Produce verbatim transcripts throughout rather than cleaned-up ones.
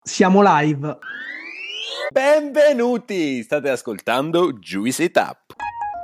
Siamo live. Benvenuti! State ascoltando Juice It Up.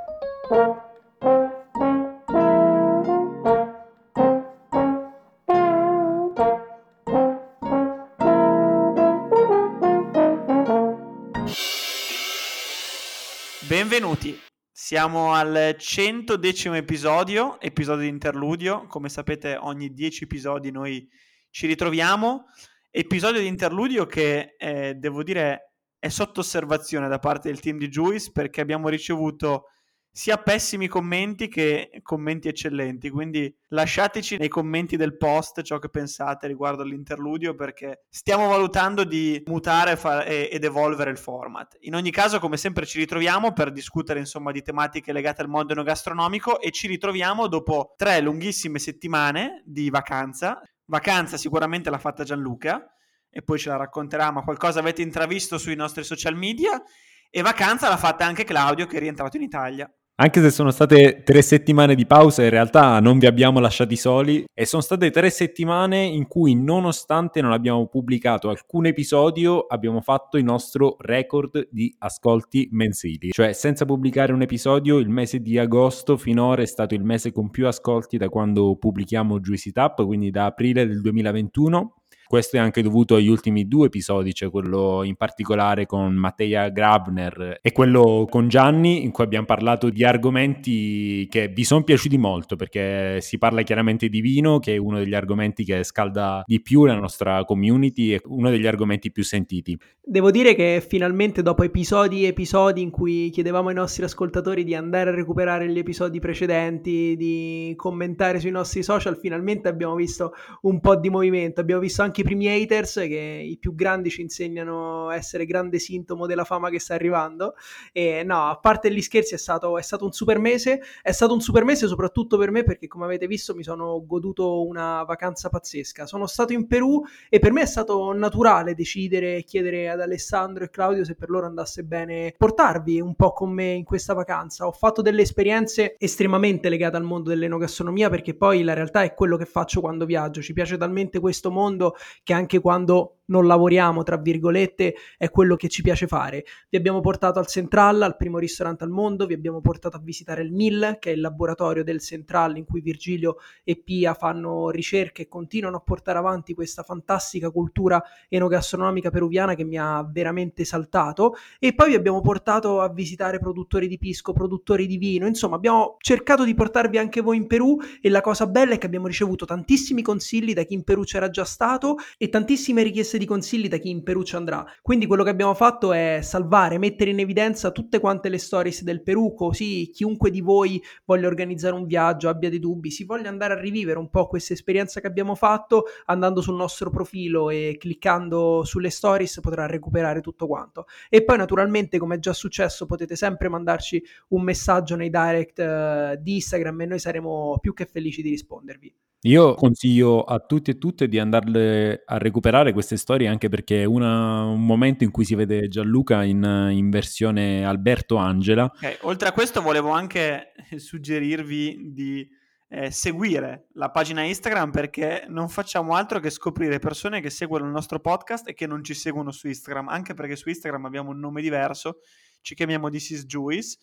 Benvenuti. Siamo al centodecimo episodio, episodio di interludio. Come sapete, ogni dieci episodi noi ci ritroviamo. Episodio di interludio che, eh, devo dire, è sotto osservazione da parte del team di Juice, perché abbiamo ricevuto sia pessimi commenti che commenti eccellenti. Quindi lasciateci nei commenti del post ciò che pensate riguardo all'interludio, perché stiamo valutando di mutare fa- e- ed evolvere il format. In ogni caso, come sempre, ci ritroviamo per discutere insomma di tematiche legate al mondo enogastronomico, e ci ritroviamo dopo tre lunghissime settimane di vacanza. Vacanza sicuramente l'ha fatta Gianluca e poi ce la racconterà, ma qualcosa avete intravisto sui nostri social media. E vacanza l'ha fatta anche Claudio, che è rientrato in Italia. Anche se sono state tre settimane di pausa, in realtà non vi abbiamo lasciati soli e sono state tre settimane in cui, nonostante non abbiamo pubblicato alcun episodio, abbiamo fatto il nostro record di ascolti mensili. Cioè, senza pubblicare un episodio, il mese di agosto finora è stato il mese con più ascolti da quando pubblichiamo Juice It Up, quindi da aprile del duemilaventuno. Questo è anche dovuto agli ultimi due episodi, cioè quello in particolare con Mattea Grabner e quello con Gianni, in cui abbiamo parlato di argomenti che vi sono piaciuti molto, perché si parla chiaramente di vino, che è uno degli argomenti che scalda di più la nostra community e uno degli argomenti più sentiti. Devo dire che finalmente, dopo episodi e episodi in cui chiedevamo ai nostri ascoltatori di andare a recuperare gli episodi precedenti, di commentare sui nostri social, finalmente abbiamo visto un po' di movimento. Abbiamo visto anche i primi haters, che i più grandi ci insegnano a essere grande sintomo della fama che sta arrivando. E no, a parte gli scherzi, è stato, è stato un super mese. È stato un super mese soprattutto per me, perché come avete visto mi sono goduto una vacanza pazzesca. Sono stato in Perù e per me è stato naturale decidere e chiedere ad Alessandro e Claudio se per loro andasse bene portarvi un po' con me in questa vacanza. Ho fatto delle esperienze estremamente legate al mondo dell'enogastronomia, perché poi la realtà è quello che faccio quando viaggio. Ci piace talmente questo mondo che anche quando non lavoriamo, tra virgolette, è quello che ci piace fare. Vi abbiamo portato al Central, al primo ristorante al mondo, vi abbiamo portato a visitare il M I L, che è il laboratorio del Central in cui Virgilio e Pia fanno ricerche e continuano a portare avanti questa fantastica cultura enogastronomica peruviana che mi ha veramente saltato. E poi vi abbiamo portato a visitare produttori di pisco, produttori di vino, insomma abbiamo cercato di portarvi anche voi in Perù, e la cosa bella è che abbiamo ricevuto tantissimi consigli da chi in Perù c'era già stato e tantissime richieste di consigli da chi in Perù ci andrà. Quindi quello che abbiamo fatto è salvare, mettere in evidenza tutte quante le stories del Perù, così chiunque di voi voglia organizzare un viaggio, abbia dei dubbi, si voglia andare a rivivere un po' questa esperienza che abbiamo fatto, andando sul nostro profilo e cliccando sulle stories potrà recuperare tutto quanto. E poi naturalmente, come è già successo, potete sempre mandarci un messaggio nei direct uh, di Instagram e noi saremo più che felici di rispondervi. Io consiglio a tutti e tutte di andarle a recuperare queste storie, anche perché è una, un momento in cui si vede Gianluca in, in versione Alberto Angela. Okay, oltre a questo volevo anche suggerirvi di eh, seguire la pagina Instagram, perché non facciamo altro che scoprire persone che seguono il nostro podcast e che non ci seguono su Instagram, anche perché su Instagram abbiamo un nome diverso, ci chiamiamo This is Juice,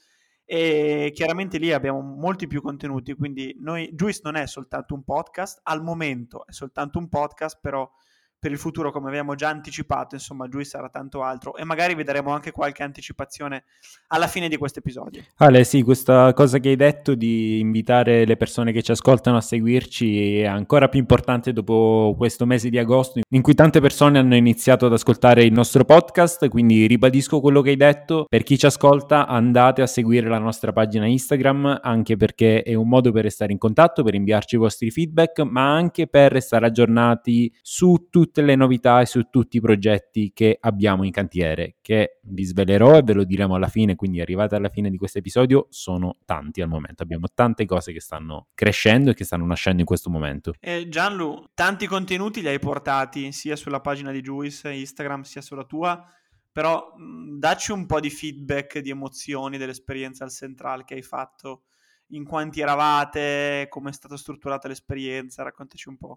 e chiaramente lì abbiamo molti più contenuti. Quindi noi, Juice non è soltanto un podcast, al momento è soltanto un podcast, però per il futuro, come abbiamo già anticipato, insomma, Juice sarà tanto altro, e magari vedremo anche qualche anticipazione alla fine di questo episodio. Ale, sì, questa cosa che hai detto di invitare le persone che ci ascoltano a seguirci è ancora più importante dopo questo mese di agosto in cui tante persone hanno iniziato ad ascoltare il nostro podcast, quindi ribadisco quello che hai detto. Per chi ci ascolta, andate a seguire la nostra pagina Instagram, anche perché è un modo per restare in contatto, per inviarci i vostri feedback, ma anche per restare aggiornati su tutte le novità e su tutti i progetti che abbiamo in cantiere, che vi svelerò e ve lo diremo alla fine. Quindi arrivate alla fine di questo episodio, sono tanti al momento, abbiamo tante cose che stanno crescendo e che stanno nascendo in questo momento. E Gianlu, tanti contenuti li hai portati sia sulla pagina di Juice Instagram sia sulla tua, però mh, dacci un po' di feedback, di emozioni dell'esperienza al Central che hai fatto, in quanti eravate, come è stata strutturata l'esperienza, raccontaci un po'.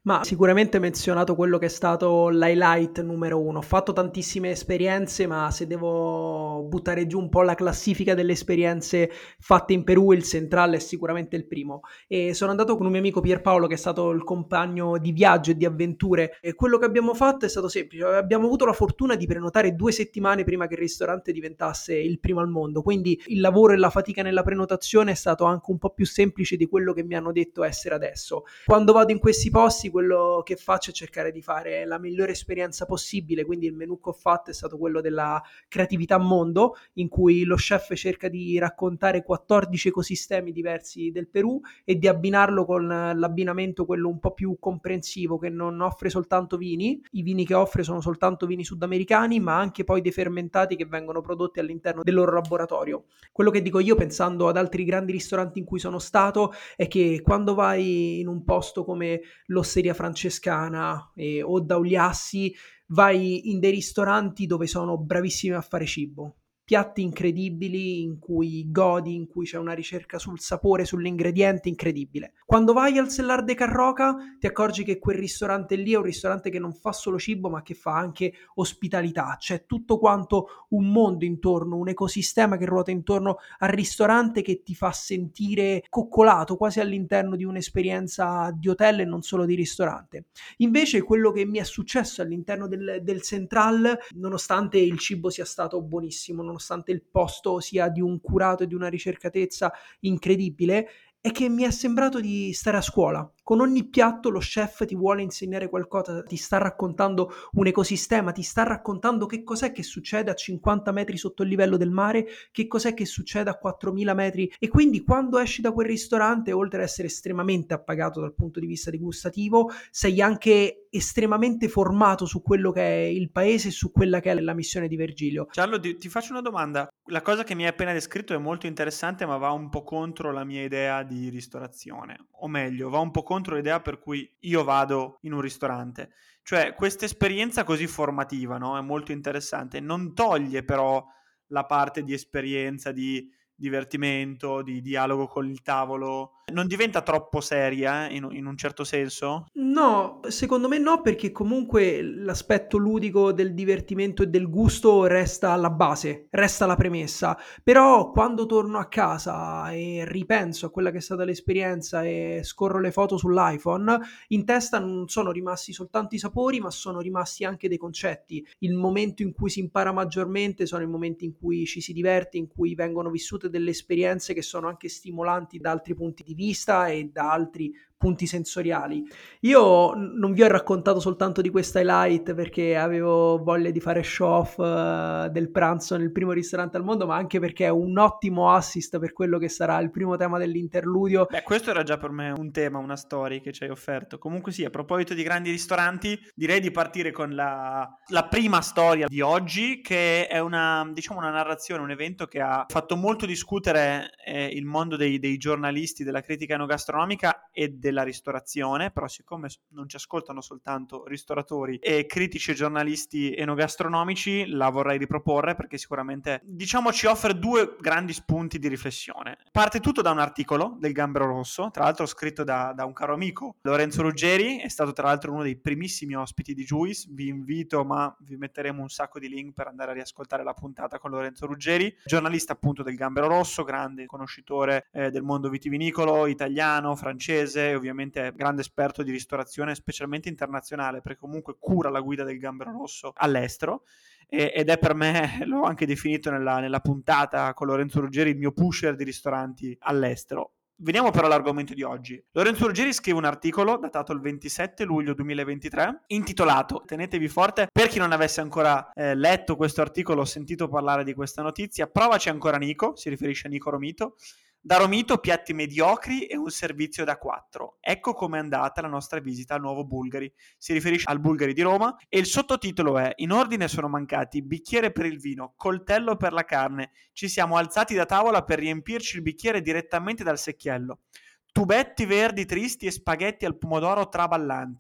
Ma sicuramente hai menzionato quello che è stato l'highlight numero uno. Ho fatto tantissime esperienze, ma se devo buttare giù un po' la classifica delle esperienze fatte in Perù, il Central è sicuramente il primo. E sono andato con un mio amico Pierpaolo, che è stato il compagno di viaggio e di avventure, e quello che abbiamo fatto è stato semplice. Abbiamo avuto la fortuna di prenotare due settimane prima che il ristorante diventasse il primo al mondo, quindi il lavoro e la fatica nella prenotazione è stato anche un po' più semplice di quello che mi hanno detto essere adesso. Quando vado in questi posti, quello che faccio è cercare di fare la migliore esperienza possibile, quindi il menù che ho fatto è stato quello della creatività mondo, in cui lo chef cerca di raccontare quattordici ecosistemi diversi del Perù e di abbinarlo con l'abbinamento quello un po' più comprensivo, che non offre soltanto vini. I vini che offre sono soltanto vini sudamericani, ma anche poi dei fermentati che vengono prodotti all'interno del loro laboratorio. Quello che dico io, pensando ad altri grandi ristoranti in cui sono stato, è che quando vai in un posto come l'Osteria Francescana eh, o Dauliassi, vai in dei ristoranti dove sono bravissimi a fare cibo. Piatti incredibili in cui godi, in cui c'è una ricerca sul sapore, sull'ingrediente incredibile. Quando vai al Cellar de Carroca ti accorgi che quel ristorante lì è un ristorante che non fa solo cibo, ma che fa anche ospitalità. C'è tutto quanto un mondo intorno, un ecosistema che ruota intorno al ristorante, che ti fa sentire coccolato quasi all'interno di un'esperienza di hotel e non solo di ristorante. Invece quello che mi è successo all'interno del, del Central, nonostante il cibo sia stato buonissimo, nonostante il posto sia di un curato e di una ricercatezza incredibile, è che mi è sembrato di stare a scuola. Con ogni piatto lo chef ti vuole insegnare qualcosa, ti sta raccontando un ecosistema, ti sta raccontando che cos'è che succede a cinquanta metri sotto il livello del mare, che cos'è che succede a quattromila metri, e quindi quando esci da quel ristorante, oltre ad essere estremamente appagato dal punto di vista degustativo, sei anche estremamente formato su quello che è il paese e su quella che è la missione di Virgilio. Giallo, ti, ti faccio una domanda. La cosa che mi hai appena descritto è molto interessante, ma va un po' contro la mia idea di ristorazione, o meglio, va un po' contro l'idea per cui io vado in un ristorante. Cioè, questa esperienza così formativa, no? È molto interessante, non toglie però la parte di esperienza, di divertimento, di dialogo con il tavolo. Non diventa troppo seria, eh, in, in un certo senso? No, secondo me no, perché comunque l'aspetto ludico del divertimento e del gusto resta alla base, resta la premessa. Però quando torno a casa e ripenso a quella che è stata l'esperienza e scorro le foto sull'iPhone, in testa non sono rimasti soltanto i sapori, ma sono rimasti anche dei concetti. Il momento in cui si impara maggiormente sono i momenti in cui ci si diverte, in cui vengono vissute delle esperienze che sono anche stimolanti da altri punti di vista e da altri punti sensoriali. Io non vi ho raccontato soltanto di questa highlight perché avevo voglia di fare show off uh, del pranzo nel primo ristorante al mondo, ma anche perché è un ottimo assist per quello che sarà il primo tema dell'interludio. Beh, questo era già per me un tema, una story che ci hai offerto. Comunque sì, a proposito di grandi ristoranti, direi di partire con la, la prima storia di oggi, che è una, diciamo, una narrazione, un evento che ha fatto molto discutere eh, il mondo dei, dei giornalisti, della critica enogastronomica e della ristorazione, però siccome non ci ascoltano soltanto ristoratori e critici e giornalisti enogastronomici, la vorrei riproporre perché sicuramente, diciamo, ci offre due grandi spunti di riflessione. Parte tutto da un articolo del Gambero Rosso, tra l'altro scritto da, da un caro amico, Lorenzo Ruggeri, è stato tra l'altro uno dei primissimi ospiti di Juice. Vi invito, ma vi metteremo un sacco di link per andare a riascoltare la puntata con Lorenzo Ruggeri, giornalista appunto del Gambero Rosso, grande conoscitore eh, del mondo vitivinicolo italiano, francese e ovviamente grande esperto di ristorazione, specialmente internazionale, perché comunque cura la guida del Gambero Rosso all'estero. Ed è per me, l'ho anche definito nella, nella puntata con Lorenzo Ruggeri, il mio pusher di ristoranti all'estero. Veniamo però all'argomento di oggi. Lorenzo Ruggeri scrive un articolo datato il ventisette luglio duemilaventitré intitolato, tenetevi forte, per chi non avesse ancora eh, letto questo articolo o sentito parlare di questa notizia, provaci ancora Nico, si riferisce a Nico Romito. Da Romito piatti mediocri e un servizio da quattro. Ecco com'è andata la nostra visita al nuovo Bulgari. Si riferisce al Bulgari di Roma e il sottotitolo è: in ordine sono mancati bicchiere per il vino, coltello per la carne. Ci siamo alzati da tavola per riempirci il bicchiere direttamente dal secchiello. Tubetti verdi tristi e spaghetti al pomodoro traballanti.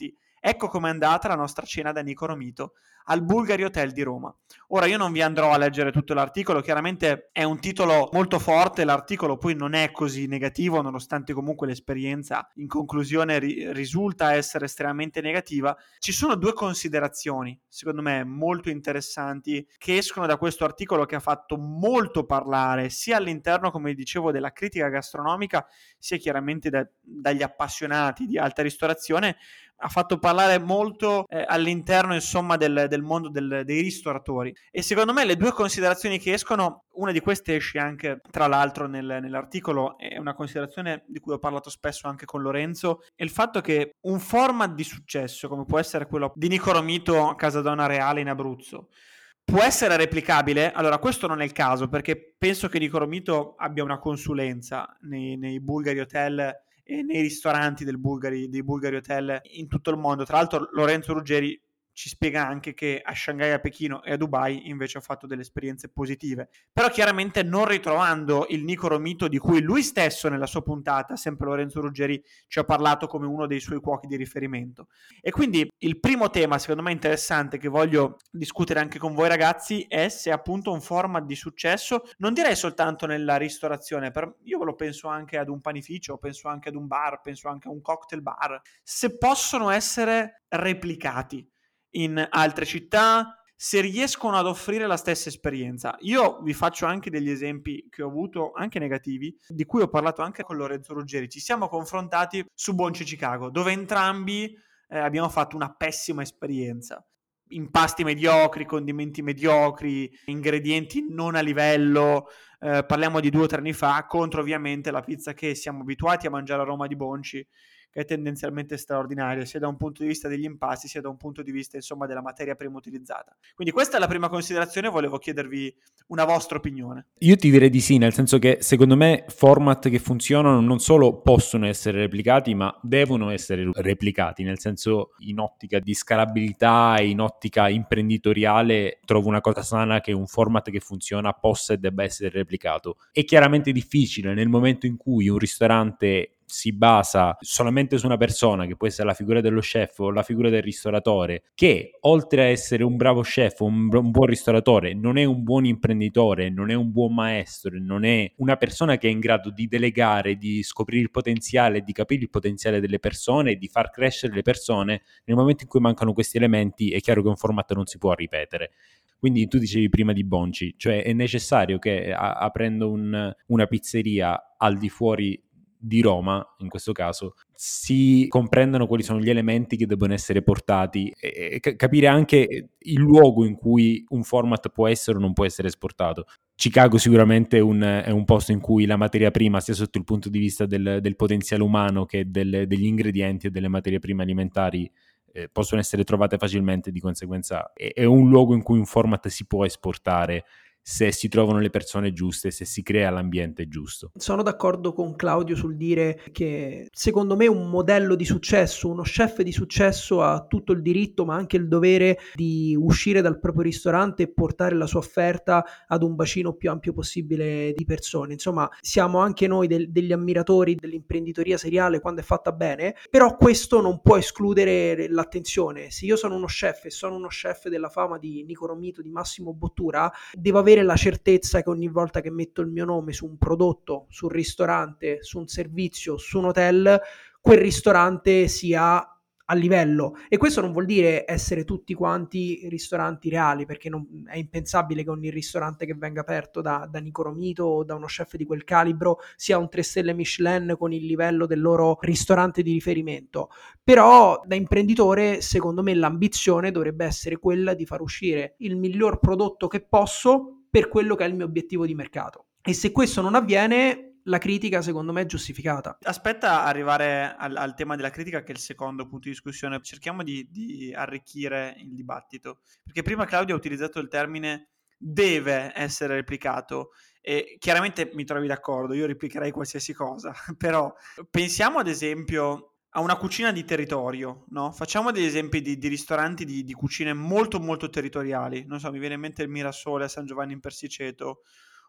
Ecco com'è andata la nostra cena da Nico Romito al Bulgari Hotel di Roma. Ora io non vi andrò a leggere tutto l'articolo, chiaramente è un titolo molto forte, l'articolo poi non è così negativo, nonostante comunque l'esperienza in conclusione ri- risulta essere estremamente negativa. Ci sono due considerazioni, secondo me, molto interessanti che escono da questo articolo, che ha fatto molto parlare sia all'interno, come dicevo, della critica gastronomica, sia chiaramente da, dagli appassionati di alta ristorazione. Ha fatto parlare molto eh, all'interno, insomma, del, del mondo del, dei ristoratori. E secondo me le due considerazioni che escono, una di queste esce anche, tra l'altro, nel, nell'articolo, è una considerazione di cui ho parlato spesso anche con Lorenzo, è il fatto che un format di successo, come può essere quello di Nico Romito a Casadonna Reale in Abruzzo, può essere replicabile? Allora, questo non è il caso, perché penso che Nico Romito abbia una consulenza nei, nei Bulgari Hotel e nei ristoranti del Bulgari, dei Bulgari Hotel in tutto il mondo. Tra l'altro Lorenzo Ruggeri ci spiega anche che a Shanghai, a Pechino e a Dubai invece ha fatto delle esperienze positive, però chiaramente non ritrovando il Nico Romito di cui lui stesso nella sua puntata, sempre Lorenzo Ruggeri, ci ha parlato come uno dei suoi cuochi di riferimento. E quindi il primo tema secondo me interessante che voglio discutere anche con voi ragazzi è se appunto un format di successo, non direi soltanto nella ristorazione, per, io ve lo penso anche ad un panificio, penso anche ad un bar, penso anche a un cocktail bar, se possono essere replicati in altre città, se riescono ad offrire la stessa esperienza. Io vi faccio anche degli esempi che ho avuto, anche negativi, di cui ho parlato anche con Lorenzo Ruggeri. Ci siamo confrontati su Bonci Chicago, dove entrambi eh, abbiamo fatto una pessima esperienza. Impasti mediocri, condimenti mediocri, ingredienti non a livello, eh, parliamo di due o tre anni fa, contro ovviamente la pizza che siamo abituati a mangiare a Roma di Bonci, che è tendenzialmente straordinaria, sia da un punto di vista degli impasti, sia da un punto di vista, insomma, della materia prima utilizzata. Quindi questa è la prima considerazione, volevo chiedervi una vostra opinione. Io ti direi di sì, nel senso che secondo me format che funzionano non solo possono essere replicati, ma devono essere replicati, nel senso, in ottica di scalabilità e in ottica imprenditoriale trovo una cosa sana che un format che funziona possa e debba essere replicato. È chiaramente difficile nel momento in cui un ristorante si basa solamente su una persona, che può essere la figura dello chef o la figura del ristoratore, che oltre a essere un bravo chef, un, un buon ristoratore, non è un buon imprenditore, non è un buon maestro, non è una persona che è in grado di delegare, di scoprire il potenziale, di capire il potenziale delle persone e di far crescere le persone. Nel momento in cui mancano questi elementi è chiaro che un format non si può ripetere. Quindi tu dicevi prima di Bonci, cioè è necessario che a, aprendo un, una pizzeria al di fuori di Roma, in questo caso, si comprendano quali sono gli elementi che devono essere portati e, e capire anche il luogo in cui un format può essere o non può essere esportato. Chicago sicuramente è un, è un posto in cui la materia prima, sia sotto il punto di vista del, del potenziale umano che del, degli ingredienti e delle materie prime alimentari, eh, possono essere trovate facilmente, di conseguenza è, è un luogo in cui un format si può esportare se si trovano le persone giuste, se si crea l'ambiente giusto. Sono d'accordo con Claudio sul dire che secondo me un modello di successo, uno chef di successo ha tutto il diritto ma anche il dovere di uscire dal proprio ristorante e portare la sua offerta ad un bacino più ampio possibile di persone. Insomma, siamo anche noi del, degli ammiratori dell'imprenditoria seriale quando è fatta bene, però questo non può escludere l'attenzione. Se io sono uno chef e sono uno chef della fama di Nico Romito, di Massimo Bottura, devo avere la certezza che ogni volta che metto il mio nome su un prodotto, su un ristorante, su un servizio, su un hotel, quel ristorante sia a livello. E questo non vuol dire essere tutti quanti ristoranti reali, perché non, è impensabile che ogni ristorante che venga aperto da, da Nico Romito o da uno chef di quel calibro sia un tre stelle Michelin con il livello del loro ristorante di riferimento. Però da imprenditore secondo me l'ambizione dovrebbe essere quella di far uscire il miglior prodotto che posso per quello che è il mio obiettivo di mercato. E se questo non avviene, la critica secondo me è giustificata. Aspetta arrivare al, al tema della critica, che è il secondo punto di discussione. Cerchiamo di, di arricchire il dibattito, perché prima Claudio ha utilizzato il termine deve essere replicato e chiaramente mi trovi d'accordo, io replicherei qualsiasi cosa, però pensiamo ad esempio a una cucina di territorio, no? Facciamo degli esempi di, di ristoranti di, di cucine molto molto territoriali, non so, mi viene in mente il Mirasole a San Giovanni in Persiceto,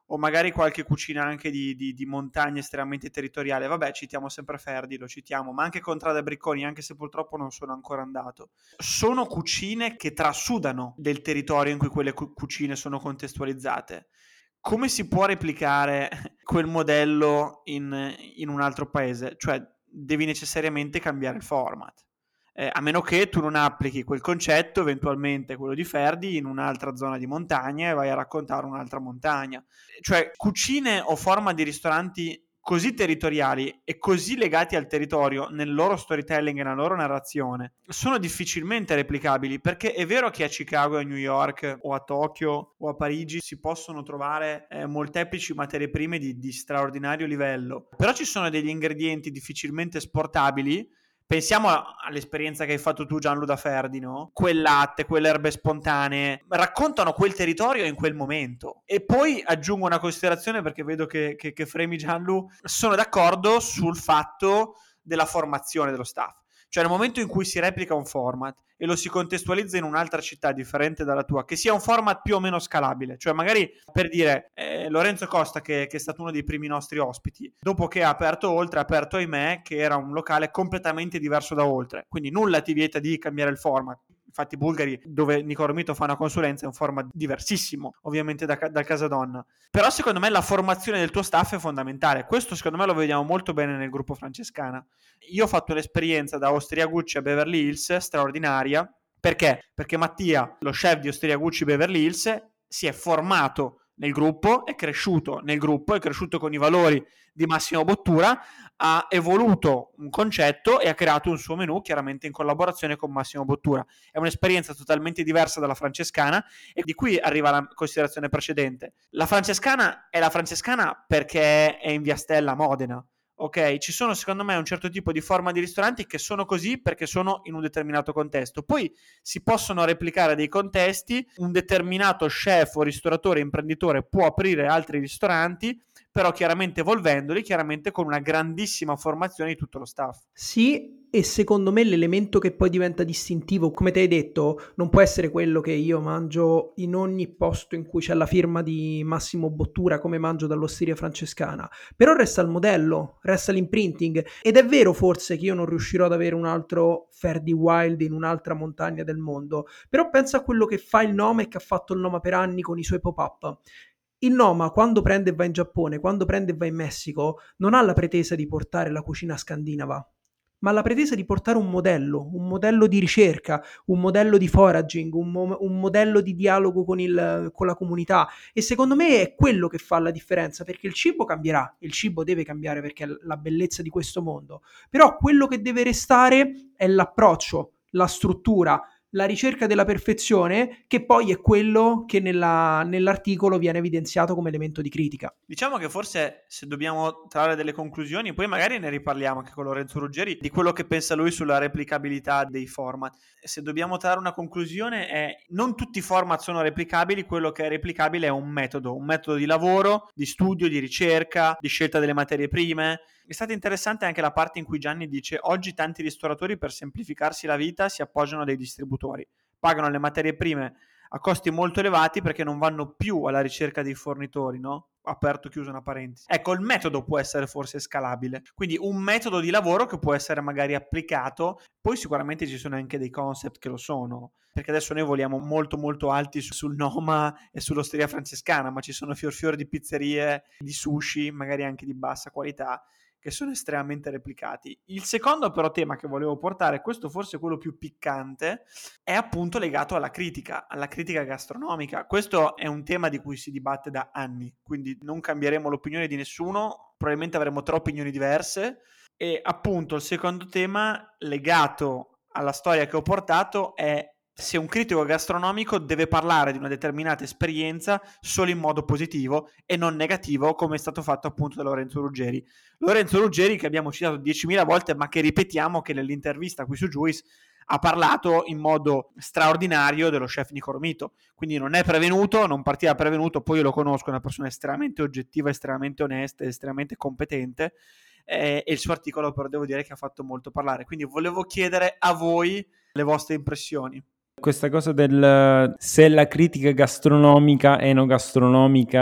o magari qualche cucina anche di, di, di montagna estremamente territoriale. Vabbè, citiamo sempre Ferdi, lo citiamo, ma anche Contrada e Bricconi, anche se purtroppo non sono ancora andato. Sono cucine che trasudano del territorio in cui quelle cu- cucine sono contestualizzate. Come si può replicare quel modello in, in un altro paese? Cioè, devi necessariamente cambiare il format. Eh, a meno che tu non applichi quel concetto, eventualmente quello di Ferdi, in un'altra zona di montagna e vai a raccontare un'altra montagna. Cioè, cucine o format di ristoranti così territoriali e così legati al territorio nel loro storytelling e nella loro narrazione sono difficilmente replicabili, perché è vero che a Chicago, a New York o a Tokyo o a Parigi si possono trovare eh, molteplici materie prime di, di straordinario livello, però ci sono degli ingredienti difficilmente esportabili. Pensiamo all'esperienza che hai fatto tu, Gianluca Ferdi, no? Quel latte, quelle erbe spontanee, raccontano quel territorio in quel momento. E poi aggiungo una considerazione, perché vedo che, che, che fremi Gianlu, sono d'accordo sul fatto della formazione dello staff. Cioè nel momento in cui si replica un format e lo si contestualizza in un'altra città differente dalla tua, che sia un format più o meno scalabile, cioè magari per dire eh, Lorenzo Costa, che, che è stato uno dei primi nostri ospiti, dopo che ha aperto Oltre, ha aperto Ahimè, che era un locale completamente diverso da Oltre, quindi nulla ti vieta di cambiare il format. Infatti Bulgari, dove Nico Romito fa una consulenza, è un format diversissimo, ovviamente da, da Casadonna. Però secondo me la formazione del tuo staff è fondamentale. Questo secondo me lo vediamo molto bene nel gruppo Francescana. Io ho fatto l'esperienza da Osteria Gucci a Beverly Hills, straordinaria. Perché? Perché Mattia, lo chef di Osteria Gucci Beverly Hills, si è formato nel gruppo, è cresciuto nel gruppo, è cresciuto con i valori di Massimo Bottura, ha evoluto un concetto e ha creato un suo menù, chiaramente in collaborazione con Massimo Bottura. È un'esperienza totalmente diversa dalla Francescana, e di qui arriva la considerazione precedente. La Francescana è la Francescana perché è in Via Stella a Modena. Ok, ci sono secondo me un certo tipo di forma di ristoranti che sono così perché sono in un determinato contesto. Poi si possono replicare dei contesti, un determinato chef o ristoratore, imprenditore può aprire altri ristoranti, però chiaramente evolvendoli, chiaramente con una grandissima formazione di tutto lo staff. Sì, e secondo me l'elemento che poi diventa distintivo, come ti hai detto, non può essere quello che io mangio in ogni posto in cui c'è la firma di Massimo Bottura, come mangio dall'Osteria Francescana, però resta il modello, resta l'imprinting, ed è vero forse che io non riuscirò ad avere un altro Ferdi Wild in un'altra montagna del mondo, però pensa a quello che fa il Noma e che ha fatto il Noma per anni con i suoi pop-up. Il Noma, quando prende e va in Giappone, quando prende e va in Messico, non ha la pretesa di portare la cucina scandinava, ma ha la pretesa di portare un modello, un modello di ricerca, un modello di foraging, un, mo- un modello di dialogo con, il, con la comunità. E secondo me è quello che fa la differenza, perché il cibo cambierà, il cibo deve cambiare perché è la bellezza di questo mondo, però quello che deve restare è l'approccio, la struttura, la ricerca della perfezione, che poi è quello che nella, nell'articolo viene evidenziato come elemento di critica. Diciamo che forse, se dobbiamo trarre delle conclusioni, poi magari ne riparliamo anche con Lorenzo Ruggeri di quello che pensa lui sulla replicabilità dei format. Se dobbiamo trarre una conclusione è: non tutti i format sono replicabili, quello che è replicabile è un metodo, un metodo di lavoro, di studio, di ricerca, di scelta delle materie prime. È stata interessante anche la parte in cui Gianni dice: oggi tanti ristoratori, per semplificarsi la vita, si appoggiano a dei distributori, pagano le materie prime a costi molto elevati perché non vanno più alla ricerca dei fornitori, no? Aperto, chiuso una parentesi. Ecco, il metodo può essere forse scalabile, quindi un metodo di lavoro che può essere magari applicato. Poi sicuramente ci sono anche dei concept che lo sono, perché adesso noi voliamo molto molto alti sul Noma e sull'Osteria Francescana, ma ci sono fior fior di pizzerie, di sushi, magari anche di bassa qualità, che sono estremamente replicati. Il secondo però tema che volevo portare, questo forse è quello più piccante, è appunto legato alla critica, alla critica gastronomica. Questo è un tema di cui si dibatte da anni, quindi non cambieremo l'opinione di nessuno, probabilmente avremo tre opinioni diverse. E appunto il secondo tema legato alla storia che ho portato è se un critico gastronomico deve parlare di una determinata esperienza solo in modo positivo e non negativo, come è stato fatto appunto da Lorenzo Ruggeri. Lorenzo Ruggeri, che abbiamo citato diecimila volte, ma che ripetiamo che nell'intervista qui su Juice ha parlato in modo straordinario dello chef Nico Romito, quindi non è prevenuto, non partiva prevenuto. Poi io lo conosco, è una persona estremamente oggettiva, estremamente onesta, estremamente competente, eh, e il suo articolo però devo dire che ha fatto molto parlare, quindi volevo chiedere a voi le vostre impressioni. Questa cosa del se la critica gastronomica, enogastronomica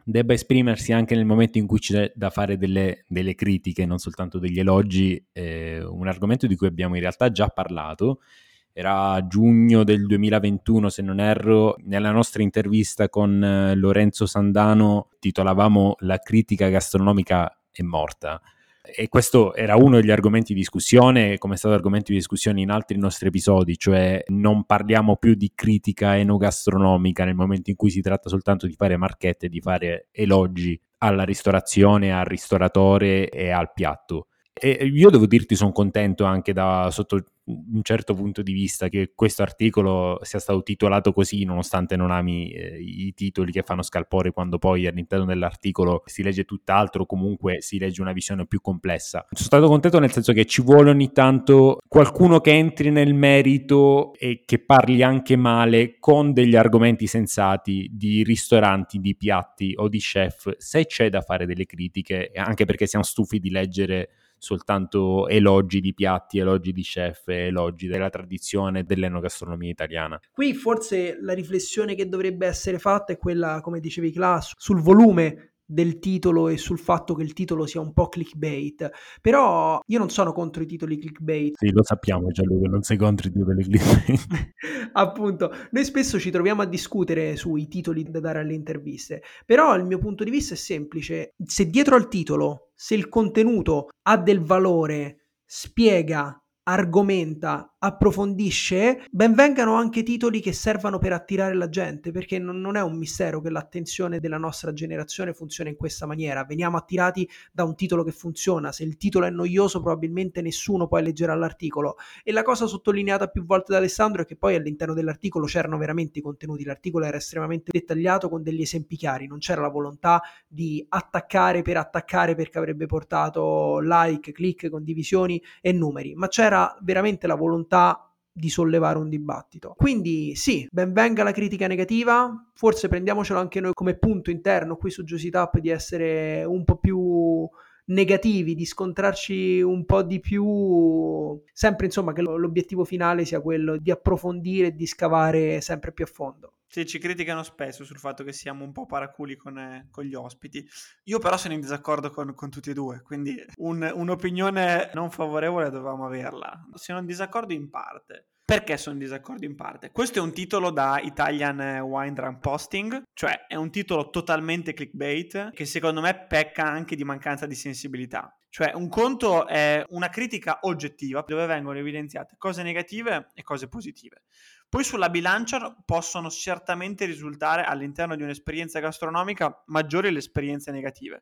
debba esprimersi anche nel momento in cui c'è da fare delle, delle critiche, non soltanto degli elogi, eh, un argomento di cui abbiamo in realtà già parlato. Era giugno del duemilaventuno, se non erro, nella nostra intervista con eh, Lorenzo Sandano titolavamo La critica gastronomica è morta. E questo era uno degli argomenti di discussione, come è stato argomento di discussione in altri nostri episodi, cioè non parliamo più di critica enogastronomica nel momento in cui si tratta soltanto di fare marchette, di fare elogi alla ristorazione, al ristoratore e al piatto. E io devo dirti, sono contento anche da sotto un certo punto di vista che questo articolo sia stato titolato così, nonostante non ami eh, i titoli che fanno scalpore quando poi all'interno dell'articolo si legge tutt'altro, comunque si legge una visione più complessa. Sono stato contento nel senso che ci vuole ogni tanto qualcuno che entri nel merito e che parli anche male con degli argomenti sensati di ristoranti, di piatti o di chef, se c'è da fare delle critiche, anche perché siamo stufi di leggere soltanto elogi di piatti, elogi di chef, elogi della tradizione dell'enogastronomia italiana. Qui forse la riflessione che dovrebbe essere fatta è quella, come dicevi Class, sul volume del titolo e sul fatto che il titolo sia un po' clickbait. Però io non sono contro i titoli clickbait. Sì, lo sappiamo già, lui non sei contro i titoli clickbait. Appunto, noi spesso ci troviamo a discutere sui titoli da dare alle interviste, però il mio punto di vista è semplice: se dietro al titolo, se il contenuto ha del valore, spiega, argomenta, approfondisce, ben vengano anche titoli che servano per attirare la gente, perché non, non è un mistero che l'attenzione della nostra generazione funziona in questa maniera. Veniamo attirati da un titolo che funziona. Se il titolo è noioso, probabilmente nessuno poi leggerà l'articolo. E la cosa sottolineata più volte da Alessandro è che poi all'interno dell'articolo c'erano veramente i contenuti. L'articolo era estremamente dettagliato con degli esempi chiari, non c'era la volontà di attaccare per attaccare perché avrebbe portato like, click, condivisioni e numeri, ma c'era veramente la volontà di sollevare un dibattito. Quindi sì, ben venga la critica negativa, forse prendiamocelo anche noi come punto interno qui su Juicy Tap di essere un po' più negativi, di scontrarci un po' di più, sempre insomma che l'obiettivo finale sia quello di approfondire e di scavare sempre più a fondo. Sì, ci criticano spesso sul fatto che siamo un po' paraculi con, eh, con gli ospiti. Io però sono in disaccordo con, con tutti e due, quindi un, un'opinione non favorevole dovevamo averla. Sono in disaccordo in parte. Perché sono in disaccordo in parte? Questo è un titolo da Italian Wine Drunk Posting, cioè è un titolo totalmente clickbait che secondo me pecca anche di mancanza di sensibilità. Cioè un conto è una critica oggettiva dove vengono evidenziate cose negative e cose positive. Poi sulla bilancia possono certamente risultare all'interno di un'esperienza gastronomica maggiori le esperienze negative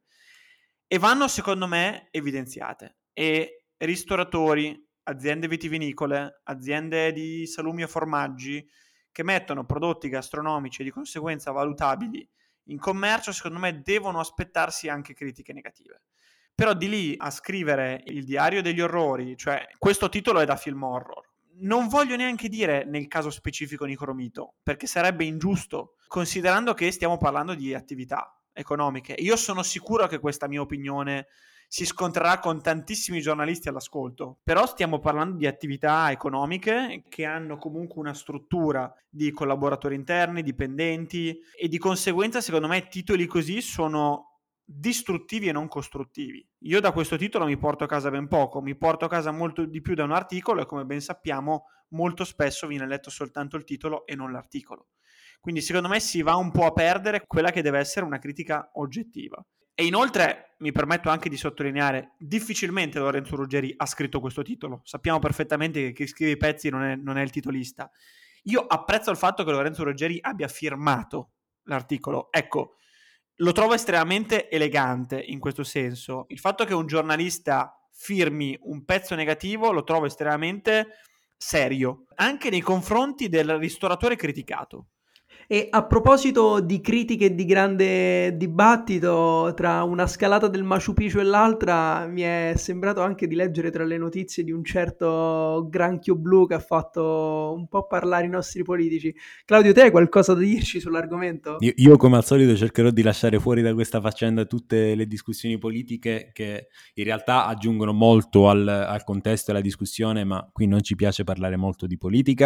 e vanno secondo me evidenziate, e ristoratori, aziende vitivinicole, aziende di salumi e formaggi che mettono prodotti gastronomici e di conseguenza valutabili in commercio, secondo me devono aspettarsi anche critiche negative. Però di lì a scrivere il diario degli orrori, cioè questo titolo è da film horror. Non voglio neanche dire nel caso specifico Nicromito, perché sarebbe ingiusto, considerando che stiamo parlando di attività economiche. Io sono sicuro che questa mia opinione si scontrerà con tantissimi giornalisti all'ascolto, però stiamo parlando di attività economiche che hanno comunque una struttura di collaboratori interni, dipendenti, e di conseguenza secondo me titoli così sono distruttivi e non costruttivi. Io da questo titolo mi porto a casa ben poco, mi porto a casa molto di più da un articolo, e come ben sappiamo molto spesso viene letto soltanto il titolo e non l'articolo. Quindi secondo me si va un po' a perdere quella che deve essere una critica oggettiva. E inoltre mi permetto anche di sottolineare, difficilmente Lorenzo Ruggeri ha scritto questo titolo. Sappiamo perfettamente che chi scrive i pezzi non è, non è il titolista. Io apprezzo il fatto che Lorenzo Ruggeri abbia firmato l'articolo. Ecco, lo trovo estremamente elegante in questo senso. Il fatto che un giornalista firmi un pezzo negativo lo trovo estremamente serio, anche nei confronti del ristoratore criticato. E a proposito di critiche e di grande dibattito, tra una scalata del Machu Picchu e l'altra, mi è sembrato anche di leggere tra le notizie di un certo granchio blu che ha fatto un po' parlare i nostri politici. Claudio, te hai qualcosa da dirci sull'argomento? Io, io come al solito cercherò di lasciare fuori da questa faccenda tutte le discussioni politiche che in realtà aggiungono molto al, al contesto e alla discussione, ma qui non ci piace parlare molto di politica.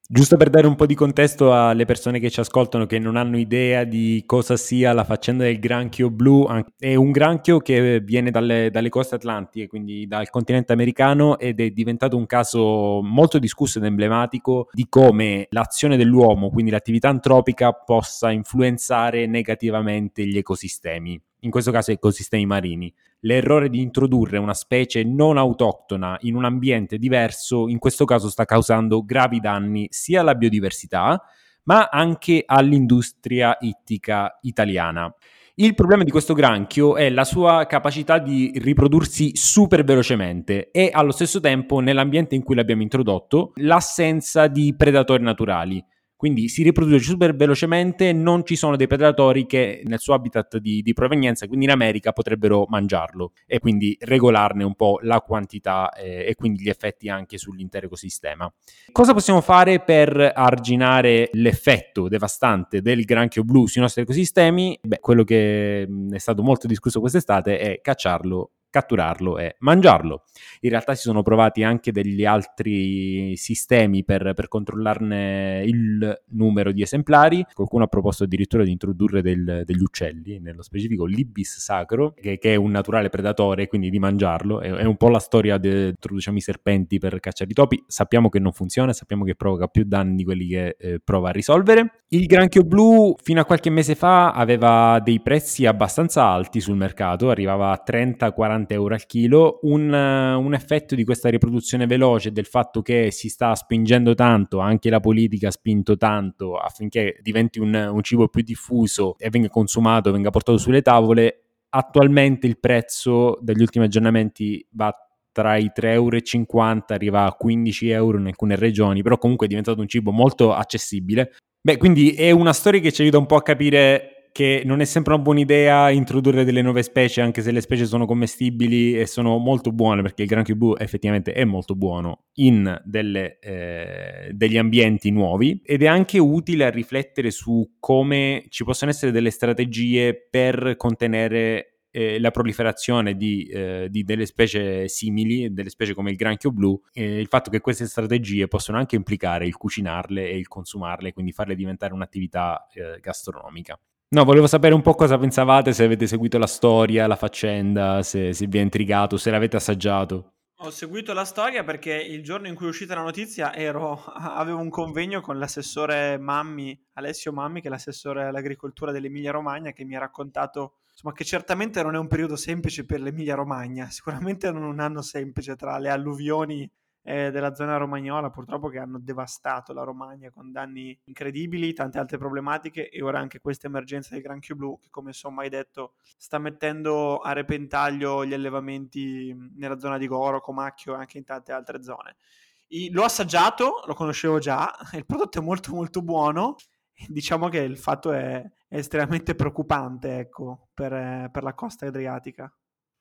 Giusto per dare un po' di contesto alle persone che ci ascoltano, che non hanno idea di cosa sia la faccenda del granchio blu, è un granchio che viene dalle, dalle coste atlantiche, quindi dal continente americano, ed è diventato un caso molto discusso ed emblematico di come l'azione dell'uomo, quindi l'attività antropica, possa influenzare negativamente gli ecosistemi, in questo caso ecosistemi marini. L'errore di introdurre una specie non autoctona in un ambiente diverso, in questo caso sta causando gravi danni sia alla biodiversità, ma anche all'industria ittica italiana. Il problema di questo granchio è la sua capacità di riprodursi super velocemente e allo stesso tempo, nell'ambiente in cui l'abbiamo introdotto, l'assenza di predatori naturali. Quindi si riproduce super velocemente, non ci sono dei predatori che nel suo habitat di, di provenienza, quindi in America, potrebbero mangiarlo e quindi regolarne un po' la quantità eh, e quindi gli effetti anche sull'intero ecosistema. Cosa possiamo fare per arginare l'effetto devastante del granchio blu sui nostri ecosistemi? Beh, quello che è stato molto discusso quest'estate è cacciarlo, catturarlo e mangiarlo. In realtà si sono provati anche degli altri sistemi per, per controllarne il numero di esemplari. Qualcuno ha proposto addirittura di introdurre del, degli uccelli, nello specifico l'ibis sacro, che, che è un naturale predatore, quindi di mangiarlo. È, è un po' la storia di introduciamo i serpenti per cacciare i topi. Sappiamo che non funziona, sappiamo che provoca più danni di quelli che eh, prova a risolvere. Il granchio blu fino a qualche mese fa aveva dei prezzi abbastanza alti sul mercato, arrivava a trenta quaranta euro al chilo. Un, un effetto di questa riproduzione veloce, del fatto che si sta spingendo tanto, anche la politica ha spinto tanto affinché diventi un, un cibo più diffuso e venga consumato, venga portato sulle tavole. Attualmente il prezzo degli ultimi aggiornamenti va tra i tre euro e cinquanta, arriva a quindici euro in alcune regioni, però comunque è diventato un cibo molto accessibile. Beh, quindi è una storia che ci aiuta un po' a capire che non è sempre una buona idea introdurre delle nuove specie, anche se le specie sono commestibili e sono molto buone, perché il granchio blu effettivamente è molto buono in delle, eh, degli ambienti nuovi, ed è anche utile a riflettere su come ci possono essere delle strategie per contenere Eh, la proliferazione di, eh, di delle specie simili, delle specie come il granchio blu, e il fatto che queste strategie possono anche implicare il cucinarle e il consumarle, quindi farle diventare un'attività eh, gastronomica. No, volevo sapere un po' cosa pensavate, se avete seguito la storia, la faccenda, se, se vi è intrigato, se l'avete assaggiato. Ho seguito la storia perché il giorno in cui è uscita la notizia ero, avevo un convegno con l'assessore Mammi, Alessio Mammi, che è l'assessore all'agricoltura dell'Emilia Romagna, che mi ha raccontato insomma, che certamente non è un periodo semplice per l'Emilia Romagna, sicuramente non un anno semplice tra le alluvioni eh, della zona romagnola, purtroppo, che hanno devastato la Romagna con danni incredibili, tante altre problematiche, e ora anche questa emergenza del granchio blu che, come insomma hai detto, sta mettendo a repentaglio gli allevamenti nella zona di Goro, Comacchio e anche in tante altre zone. I, l'ho assaggiato, lo conoscevo già, il prodotto è molto molto buono. Diciamo che il fatto è, è estremamente preoccupante, ecco, per, per la costa adriatica.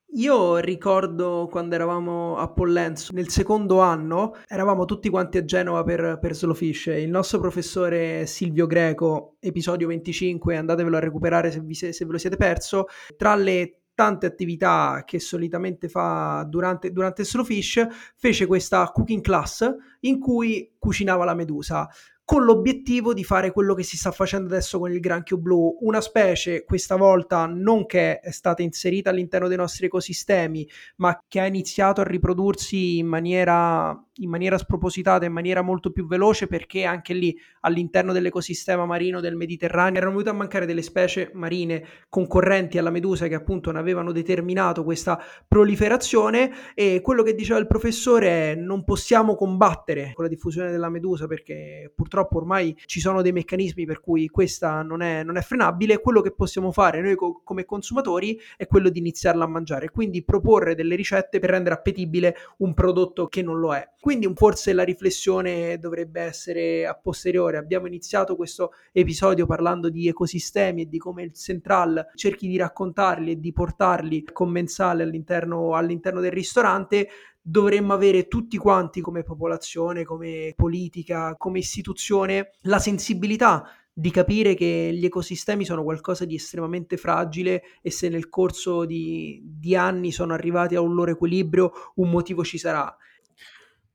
Io ricordo quando eravamo a Pollenzo, nel secondo anno, eravamo tutti quanti a Genova per, per Slowfish. Il nostro professore Silvio Greco, episodio venticinque, andatevelo a recuperare se, vi, se ve lo siete perso, tra le tante attività che solitamente fa durante, durante Slowfish, fece questa cooking class in cui cucinava la medusa, con l'obiettivo di fare quello che si sta facendo adesso con il granchio blu, una specie questa volta non che è stata inserita all'interno dei nostri ecosistemi, ma che ha iniziato a riprodursi in maniera, in maniera spropositata, in maniera molto più veloce, perché anche lì all'interno dell'ecosistema marino del Mediterraneo erano venute a mancare delle specie marine concorrenti alla medusa che appunto ne avevano determinato questa proliferazione. E quello che diceva il professore è: non possiamo combattere con la diffusione della medusa perché purtroppo ormai ci sono dei meccanismi per cui questa non è, non è frenabile. Quello che possiamo fare noi co- come consumatori è quello di iniziarla a mangiare, quindi proporre delle ricette per rendere appetibile un prodotto che non lo è. Quindi forse la riflessione dovrebbe essere a posteriore. Abbiamo iniziato questo episodio parlando di ecosistemi e di come il Central cerchi di raccontarli e di portarli commensali all'interno, all'interno del ristorante. Dovremmo avere tutti quanti, come popolazione, come politica, come istituzione, la sensibilità di capire che gli ecosistemi sono qualcosa di estremamente fragile, e se nel corso di, di anni sono arrivati a un loro equilibrio, un motivo ci sarà.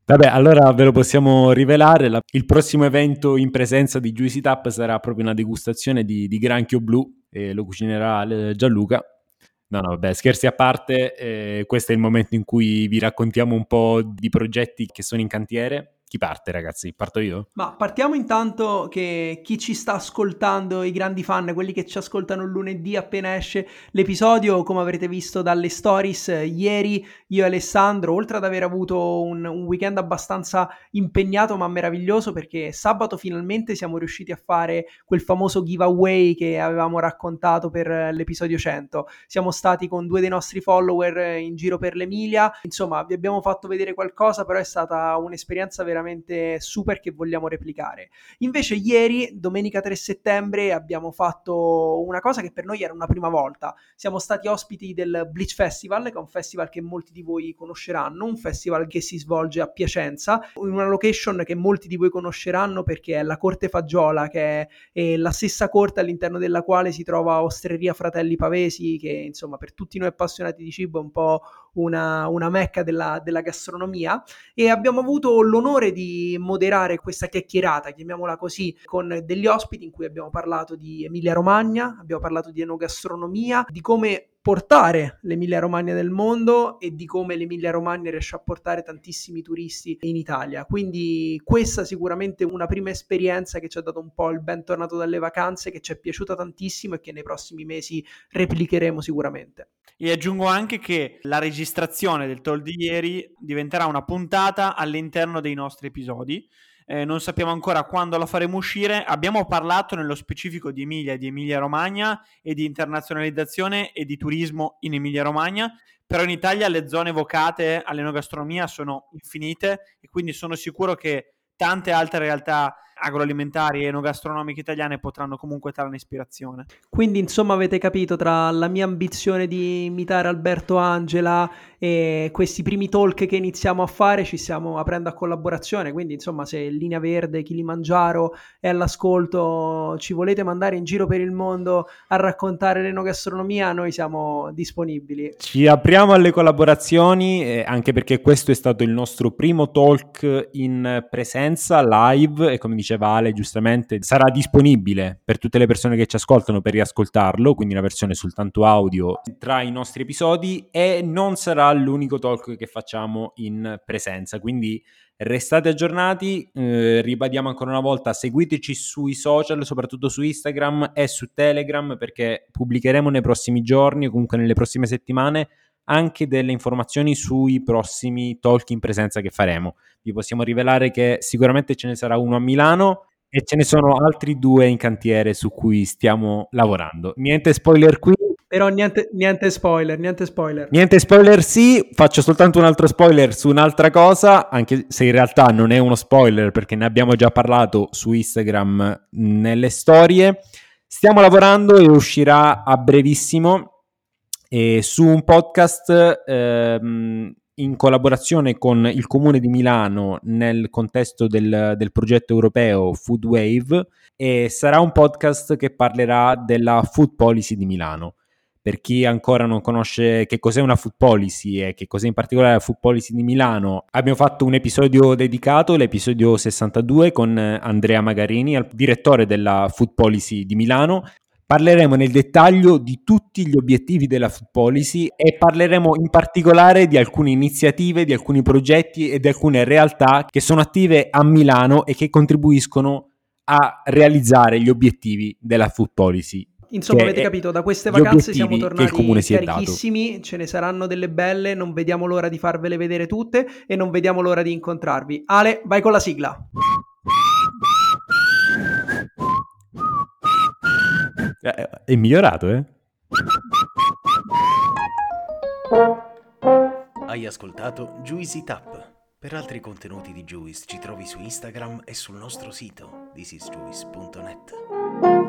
Vabbè, allora ve lo possiamo rivelare, la- il prossimo evento in presenza di Juicy Tap sarà proprio una degustazione di, di granchio blu e lo cucinerà eh, Gianluca. No, no, vabbè, scherzi a parte, eh, questo è il momento in cui vi raccontiamo un po' di progetti che sono in cantiere. Chi parte, ragazzi? Parto io? Ma partiamo intanto che chi ci sta ascoltando, i grandi fan, quelli che ci ascoltano il lunedì appena esce l'episodio, come avrete visto dalle stories, eh, ieri io e Alessandro, oltre ad aver avuto un, un weekend abbastanza impegnato ma meraviglioso, perché sabato finalmente siamo riusciti a fare quel famoso giveaway che avevamo raccontato per eh, l'episodio cento. Siamo stati con due dei nostri follower eh, in giro per l'Emilia, insomma vi abbiamo fatto vedere qualcosa, però è stata un'esperienza veramente super che vogliamo replicare. Invece ieri, domenica tre settembre, abbiamo fatto una cosa che per noi era una prima volta. Siamo stati ospiti del Bleach Festival, che è un festival che molti di voi conosceranno, un festival che si svolge a Piacenza, in una location che molti di voi conosceranno perché è la Corte Faggiola, che è, è la stessa corte all'interno della quale si trova Osteria Fratelli Pavesi, che insomma per tutti noi appassionati di cibo è un po' una, una mecca della, della gastronomia, e abbiamo avuto l'onore di moderare questa chiacchierata, chiamiamola così, con degli ospiti in cui abbiamo parlato di Emilia Romagna, abbiamo parlato di enogastronomia, di come portare l'Emilia Romagna nel mondo e di come l'Emilia Romagna riesce a portare tantissimi turisti in Italia. Quindi questa sicuramente è una prima esperienza che ci ha dato un po' il bentornato dalle vacanze, che ci è piaciuta tantissimo e che nei prossimi mesi replicheremo sicuramente. E aggiungo anche che la registrazione del talk di ieri diventerà una puntata all'interno dei nostri episodi. Eh, non sappiamo ancora quando la faremo uscire. Abbiamo parlato nello specifico di Emilia e di Emilia Romagna e di internazionalizzazione e di turismo in Emilia Romagna, però in Italia le zone vocate all'enogastronomia sono infinite e quindi sono sicuro che tante altre realtà agroalimentari e enogastronomiche italiane potranno comunque trarne ispirazione. Quindi insomma avete capito, tra la mia ambizione di imitare Alberto Angela e questi primi talk che iniziamo a fare ci stiamo aprendo a collaborazione, quindi insomma se Linea Verde, Kilimangiaro è all'ascolto, ci volete mandare in giro per il mondo a raccontare l'enogastronomia, noi siamo disponibili. Ci apriamo alle collaborazioni, eh, anche perché questo è stato il nostro primo talk in presenza, live, e come diceva Ale giustamente, sarà disponibile per tutte le persone che ci ascoltano per riascoltarlo, quindi una versione soltanto audio tra i nostri episodi, e non sarà l'unico talk che facciamo in presenza, quindi restate aggiornati, eh, ribadiamo ancora una volta, seguiteci sui social, soprattutto su Instagram e su Telegram, perché pubblicheremo nei prossimi giorni o comunque nelle prossime settimane anche delle informazioni sui prossimi talk in presenza che faremo. Vi possiamo rivelare che sicuramente ce ne sarà uno a Milano e ce ne sono altri due in cantiere su cui stiamo lavorando. Niente spoiler qui. Però niente, niente spoiler, niente spoiler. Niente spoiler sì, faccio soltanto un altro spoiler su un'altra cosa, anche se in realtà non è uno spoiler perché ne abbiamo già parlato su Instagram nelle storie. Stiamo lavorando e uscirà a brevissimo eh, su un podcast ehm, in collaborazione con il Comune di Milano nel contesto del, del progetto europeo Food Wave, e sarà un podcast che parlerà della food policy di Milano. Per chi ancora non conosce che cos'è una food policy e che cos'è in particolare la food policy di Milano, abbiamo fatto un episodio dedicato, l'episodio sessantadue, con Andrea Magarini, direttore della food policy di Milano. Parleremo nel dettaglio di tutti gli obiettivi della food policy e parleremo in particolare di alcune iniziative, di alcuni progetti e di alcune realtà che sono attive a Milano e che contribuiscono a realizzare gli obiettivi della food policy. Insomma, avete capito, da queste vacanze siamo tornati carichissimi, ce ne saranno delle belle, non vediamo l'ora di farvele vedere tutte e non vediamo l'ora di incontrarvi. Ale, vai con la sigla. È migliorato, eh? Hai ascoltato Juicy Tap. Per altri contenuti di Juice ci trovi su Instagram e sul nostro sito this is juice punto net.